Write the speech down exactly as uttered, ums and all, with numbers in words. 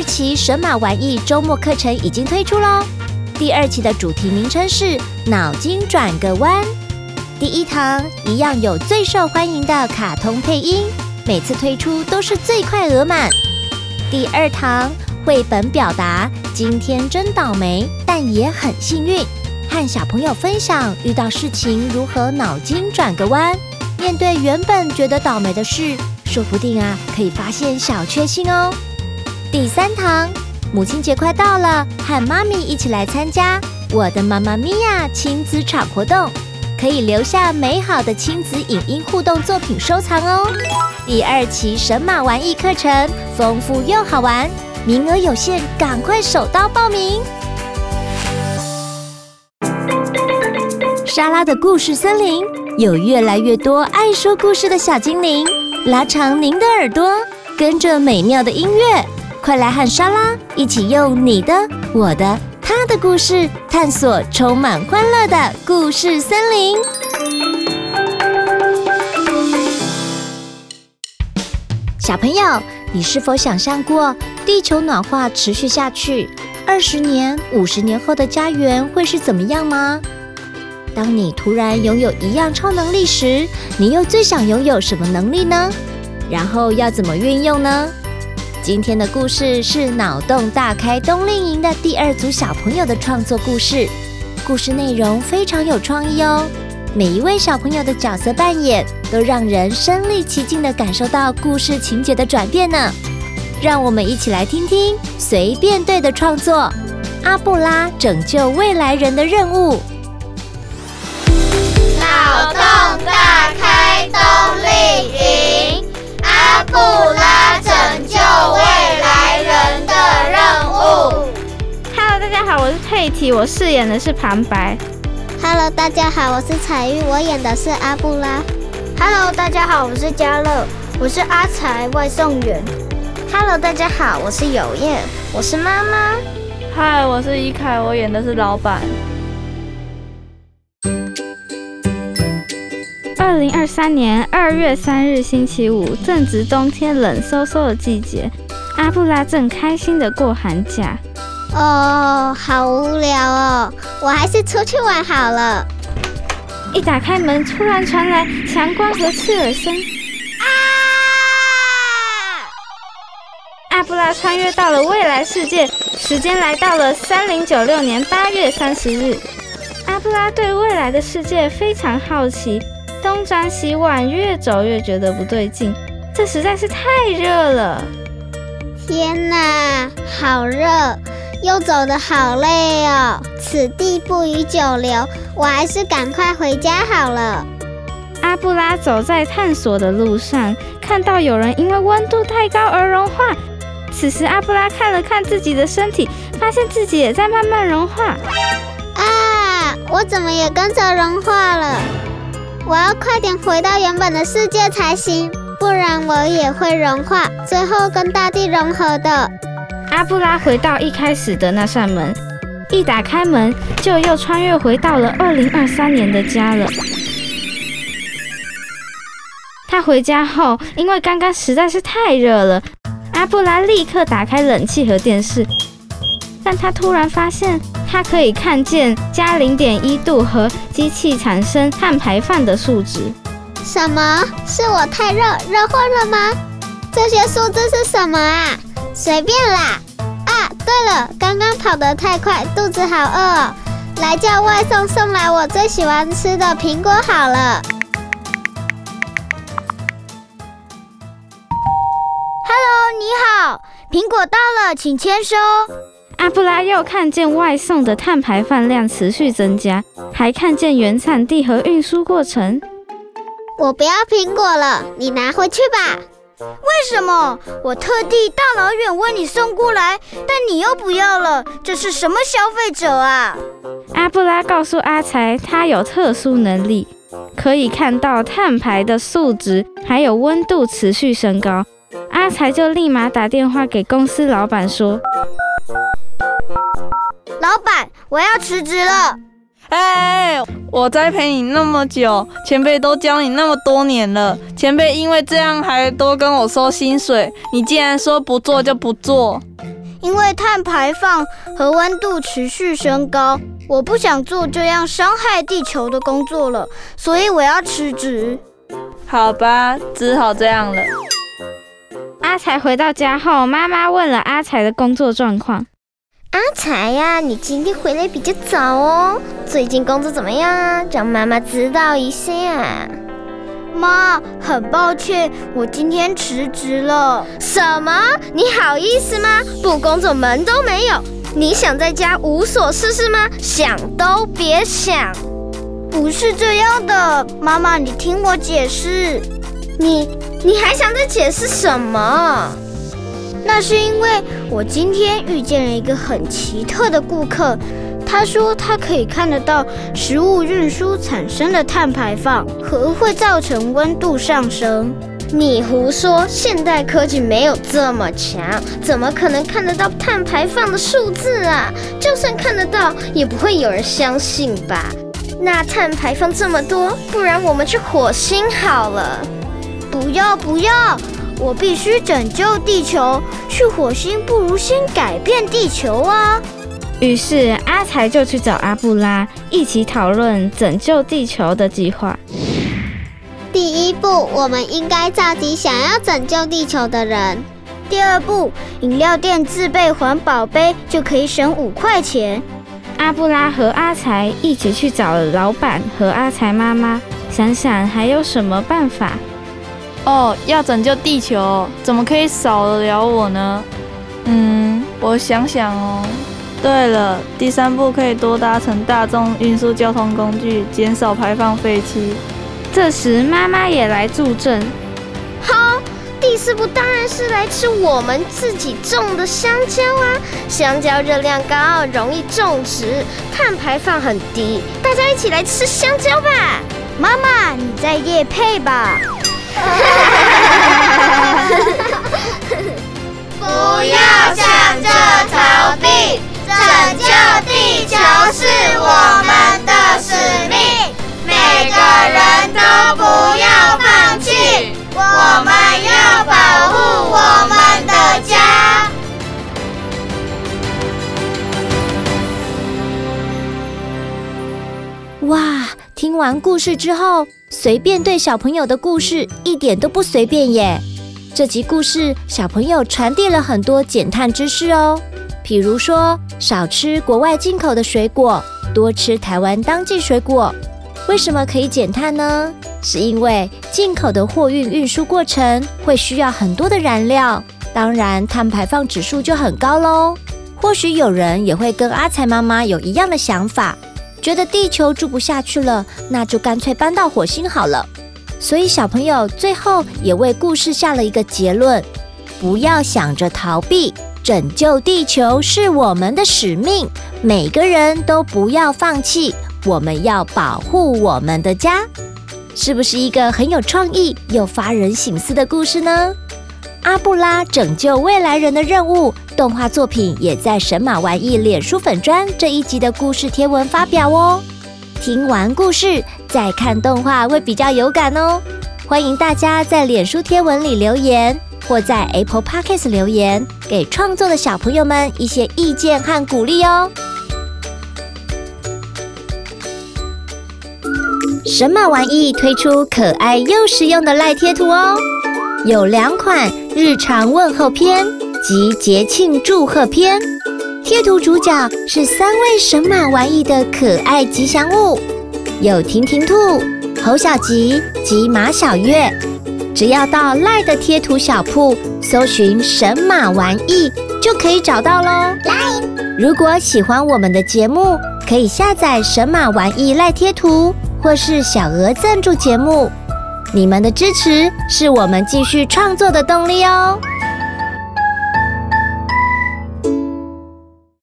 期神马玩艺周末课程已经推出咯。第二期的主题名称是脑筋转个弯。第一堂一样有最受欢迎的卡通配音，每次推出都是最快额满。第二堂绘本表达，今天真倒霉，但也很幸运，和小朋友分享遇到事情如何脑筋转个弯，面对原本觉得倒霉的事，说不定啊可以发现小确幸哦。第三堂母亲节快到了，和妈咪一起来参加我的妈妈咪呀亲子场活动，可以留下美好的亲子影音互动作品收藏哦。第二期神马玩艺课程丰富又好玩，名额有限，赶快手刀报名。莎拉的故事森林有越来越多爱说故事的小精灵，拉长您的耳朵，跟着美妙的音乐，快来和莎拉一起用你的、我的、他的故事，探索充满欢乐的故事森林。小朋友，你是否想象过地球暖化持续下去，二十年、五十年后的家园会是怎么样吗？当你突然拥有一样超能力时，你又最想拥有什么能力呢？然后要怎么运用呢？今天的故事是脑洞大开冬令营的第二组小朋友的创作故事，故事内容非常有创意哦。每一位小朋友的角色扮演都让人身临其境地感受到故事情节的转变呢。让我们一起来听听随便对的创作，阿布拉拯救未来人的任务。 脑洞大开冬令营，阿布拉拯救未来人的任务。 Hello， 大家好，我是佩提，我饰演的是旁白。 Hello， 大家好，我是彩玉，我演的是阿布拉。 Hello， 大家好，我是嘉乐，我是阿才外送员。 Hello， 大家好，我是有燕，我是妈妈。 嗨，我是依凯，我演的是老板。 二零二三年二月三日星期五，正值冬天冷飕飕的季节，阿布拉正开心的过寒假。 哦，好无聊哦，我还是出去玩好了。 一打开门，突然传来强光和刺耳声。啊！阿布拉穿越到了未来世界，时间来到了三零九六年八月三十日。阿布拉对未来的世界非常好奇，东张西望，越走越觉得不对劲，这实在是太热了。 天哪，好热，又走得好累哦，此地不宜久留，我还是赶快回家好了。 阿布拉走在探索的路上，看到有人因为温度太高而融化。此时阿布拉看了看自己的身体，发现自己也在慢慢融化。 啊，我怎么也跟着融化了？我要快点回到原本的世界才行，不然我也会融化，最后跟大地融合的。 阿布拉回到一开始的那扇门，一打开门就又穿越回到了二零二三年的家了。他回家后，因为刚刚实在是太热了，阿布拉立刻打开冷气和电视，但他突然发现他可以看见加 零点一 度和机器产生碳排放的数值。 什么？是我太热热昏了吗？这些数字是什么啊？随便啦。啊，对了，刚刚跑得太快，肚子好饿哦，来叫外送送来我最喜欢吃的苹果好了。 Hello， 你好，苹果到了，请签收。 阿布拉又看见外送的碳排放量持续增加，还看见原产地和运输过程。 我不要苹果了，你拿回去吧。 为什么？我特地大老远为你送过来，但你又不要了，这是什么消费者啊？ 阿布拉告诉阿才，他有特殊能力，可以看到碳排的数值还有温度持续升高。阿才就立马打电话给公司老板说： 老板，我要辞职了。 哎，我栽培你那么久，前辈都教你那么多年了，前辈因为这样还多跟我收薪水，你竟然说不做就不做。 因为碳排放和温度持续升高，我不想做这样伤害地球的工作了，所以我要辞职。 好吧，只好这样了。 阿才回到家后，妈妈问了阿才的工作状况。 阿才呀、啊，你今天回来比较早哦，最近工作怎么样啊？让妈妈知道一下。 妈，很抱歉，我今天辞职了。 什么？你好意思吗？不工作门都没有，你想在家无所事事吗？想都别想。 不是这样的，妈妈，你听我解释。 你你还想再解释什么？ 那是因为我今天遇见了一个很奇特的顾客，他说他可以看得到食物运输产生的碳排放和会造成温度上升。 你胡说，现代科技没有这么强，怎么可能看得到碳排放的数字啊？就算看得到，也不会有人相信吧？那碳排放这么多，不然我们去火星好了。 不要不要，我必须拯救地球，去火星不如先改变地球啊！ 于是阿才就去找阿布拉，一起讨论拯救地球的计划。 第一步，我们应该召集想要拯救地球的人。 第二步，饮料店自备环保杯就可以省五块钱。 阿布拉和阿才一起去找了老板和阿才妈妈，想想还有什么办法。 哦，要拯救地球，怎么可以少得了我呢？嗯，我想想哦。对了，第三步可以多搭乘大众运输交通工具，减少排放废气。 这时妈妈也来助阵。 好，第四步当然是来吃我们自己种的香蕉啊！香蕉热量高，容易种植，碳排放很低，大家一起来吃香蕉吧！ 妈妈，你在业配吧？ 不要想着逃避，拯救地球是我们的使命，每个人都不要放弃，我们要保护我们的家。 哇，听完故事之后，随便对小朋友的故事一点都不随便耶。这集故事，小朋友传递了很多减碳知识哦，比如说少吃国外进口的水果，多吃台湾当季水果。为什么可以减碳呢？是因为进口的货运运输过程会需要很多的燃料，当然碳排放指数就很高咯。或许有人也会跟阿才妈妈有一样的想法，觉得地球住不下去了，那就干脆搬到火星好了。所以小朋友最后也为故事下了一个结论：不要想着逃避，拯救地球是我们的使命，每个人都不要放弃，我们要保护我们的家。是不是一个很有创意又发人省思的故事呢？阿布拉拯救未来人的任务动画作品也在神马玩意脸书粉专这一集的故事贴文发表哦。听完故事再看动画会比较有感哦。欢迎大家在脸书贴文里留言，或在 Apple Podcast 留言，给创作的小朋友们一些意见和鼓励哦。神马玩意推出可爱又实用的赖贴图哦，有两款日常问候篇及节庆祝贺篇。贴图主角是三位神马玩意的可爱吉祥物，有婷婷兔、侯小吉及马小月。只要到赖的贴图小铺搜寻神马玩意就可以找到咯。如果喜欢我们的节目，可以下载神马玩意赖贴图，或是小额赞助节目。你们的支持是我们继续创作的动力哦。